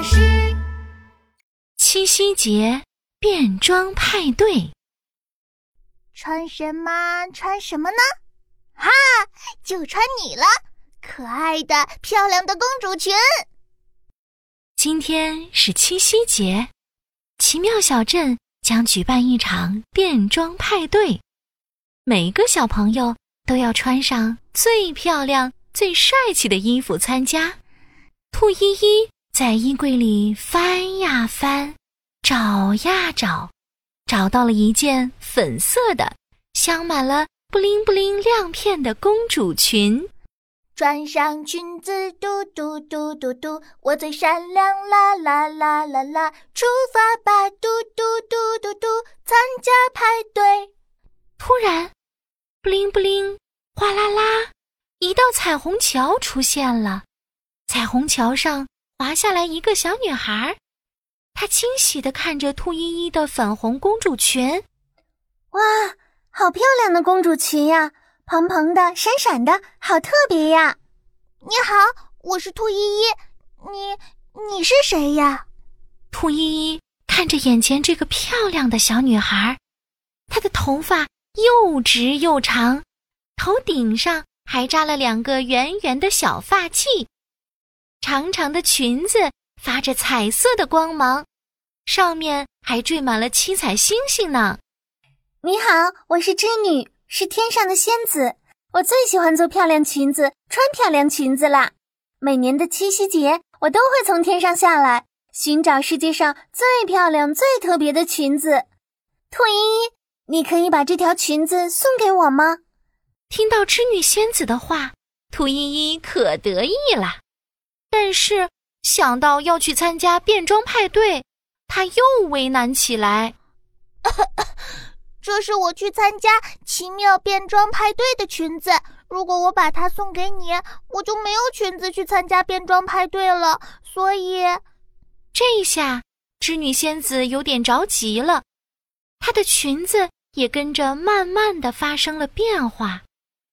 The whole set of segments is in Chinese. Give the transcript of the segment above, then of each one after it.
巴士。 七夕节变装派对， 穿什么呢？哈，就穿你了，可爱的漂亮的公主裙。 今天是七夕节，奇妙小镇将举办一场变装派对，每个小朋友都要穿上最漂亮最帅气的衣服参加。兔依依在衣柜里翻呀翻，找呀找，找到了一件粉色的镶满了布灵布灵亮片的公主裙。 穿上裙子嘟嘟嘟嘟嘟，我最闪亮啦啦啦啦啦，出发吧嘟嘟嘟嘟嘟，参加派对。 突然布灵布灵哗啦啦，一道彩虹桥出现了，彩虹桥上滑下来一个小女孩，她惊喜地看着兔依依的粉红公主裙。 哇，好漂亮的公主裙呀，蓬蓬的闪闪的，好特别呀。 你好，我是兔依依，你是谁呀？ 兔依依看着眼前这个漂亮的小女孩，她的头发又直又长，头顶上还扎了2个圆圆的小发髻，长长的裙子发着彩色的光芒，上面还缀满了7彩星星呢。 你好，我是织女，是天上的仙子，我最喜欢做漂亮裙子，穿漂亮裙子啦。每年的七夕节，我都会从天上下来，寻找世界上最漂亮最特别的裙子。兔依依，你可以把这条裙子送给我吗？ 听到织女仙子的话，兔依依可得意了，但是想到要去参加变装派对，她又为难起来。 这是我去参加奇妙变装派对的裙子，如果我把它送给你，我就没有裙子去参加变装派对了，所以…… 这一下织女仙子有点着急了，她的裙子也跟着慢慢地发生了变化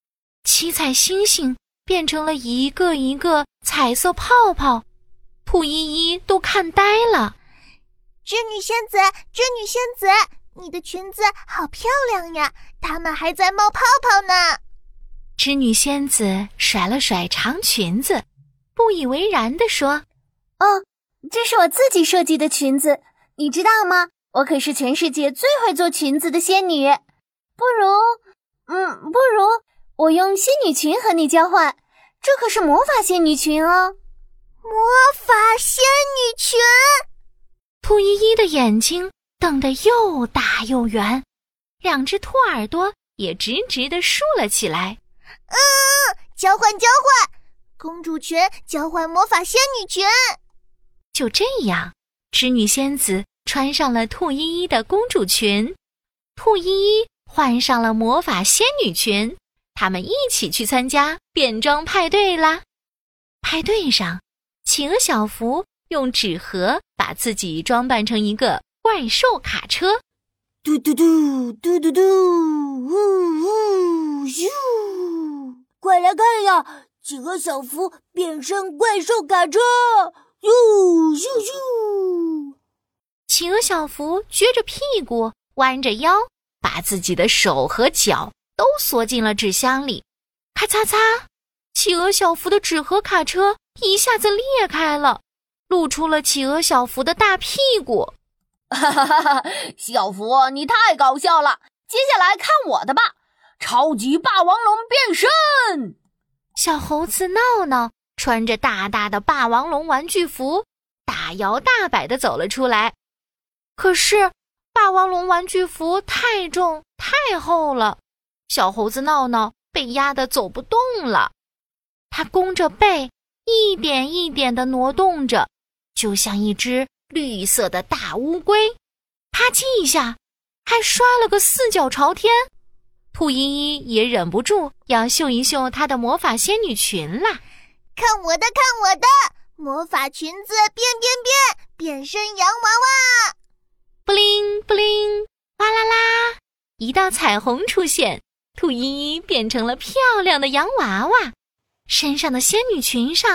，7彩星星变成了一个一个彩色泡泡，兔依依都看呆了。 织女仙子，你的裙子好漂亮呀，它们还在冒泡泡呢。 织女仙子甩了甩长裙子，不以为然地说： 这是我自己设计的裙子，你知道吗？我可是全世界最会做裙子的仙女。不如我用仙女裙和你交换，这可是魔法仙女裙哦。 魔法仙女裙！ 兔依依的眼睛瞪得又大又圆，2只兔耳朵也直直地竖了起来。 交换，公主裙交换魔法仙女裙。 就这样，织女仙子穿上了兔依依的公主裙，兔依依换上了魔法仙女裙，他们一起去参加变装派对啦。派对上，企鹅小福用纸盒把自己装扮成一个怪兽卡车， 嘟嘟嘟嘟嘟嘟，呜呜咻！快来看呀，企鹅小福变身怪兽卡车，咻咻咻！ 企鹅小福撅着屁股，弯着腰，把自己的手和脚都缩进了纸箱里。咔嚓嚓，企鹅小福的纸盒卡车一下子裂开了，露出了企鹅小福的大屁股。 哈哈哈哈！小福，你太搞笑了！接下来看我的吧，超级霸王龙变身！ 小猴子闹闹穿着大大的霸王龙玩具服，大摇大摆地走了出来。可是，霸王龙玩具服太重太厚了，小猴子闹闹被压得走不动了。他弓着背，一点一点地挪动着，就像一只绿色的大乌龟，啪叽一下，还摔了个4脚朝天。兔依依也忍不住要秀一秀她的魔法仙女裙啦！ 看我的，魔法裙子变身洋娃娃！ 布灵布灵，哗啦啦，一道彩虹出现，兔依依变成了漂亮的洋娃娃，身上的仙女裙上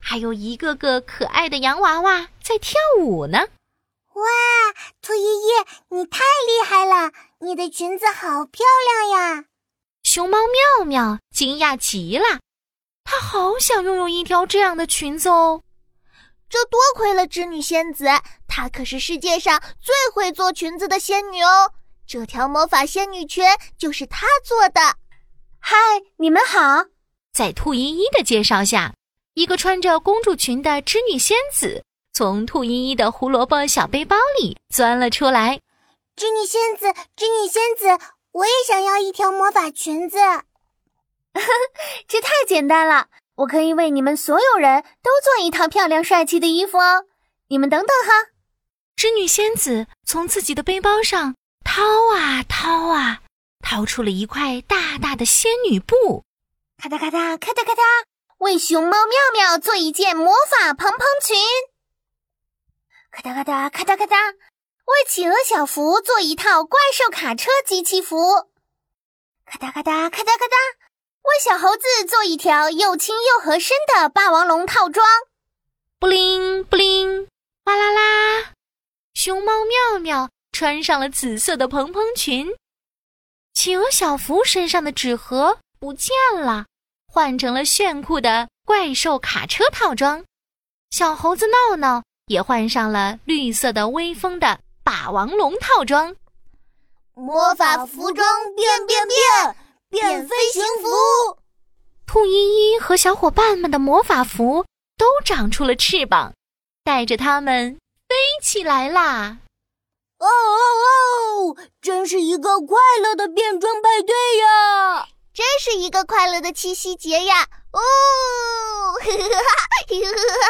还有一个个可爱的洋娃娃在跳舞呢。 哇，兔依依，你太厉害了！你的裙子好漂亮呀！ 熊猫妙妙惊讶极了，她好想拥有一条这样的裙子哦。 这多亏了织女仙子，她可是世界上最会做裙子的仙女哦。这条魔法仙女裙就是她做的。 嗨，你们好！ 在兔依依的介绍下，一个穿着公主裙的织女仙子从兔依依的胡萝卜小背包里钻了出来。 织女仙子，织女仙子，我也想要一条魔法裙子。 这太简单了，我可以为你们所有人都做一套漂亮帅气的衣服哦。你们等等哈。 织女仙子从自己的背包上掏啊掏啊，掏出了一块大大的仙女布。 咔嗒咔嗒咔嗒咔嗒，为熊猫妙妙做一件魔法蓬蓬裙。咔嗒咔嗒咔嗒咔嗒，为企鹅小福做一套怪兽卡车机器服。咔嗒咔嗒咔嗒咔嗒，为小猴子做一条又轻又合身的霸王龙套装。 布灵布灵，哗啦啦，熊猫妙妙穿上了紫色的蓬蓬裙。企鹅小福身上的纸盒不见了，换成了炫酷的怪兽卡车套装。小猴子闹闹也换上了绿色的威风的霸王龙套装。 魔法服装变变变，变飞行服。 兔依依和小伙伴们的魔法服都长出了翅膀，带着它们飞起来啦！ 哦哦哦！真是一个快乐的变装派对呀！ 真是一个快乐的七夕节呀！哦，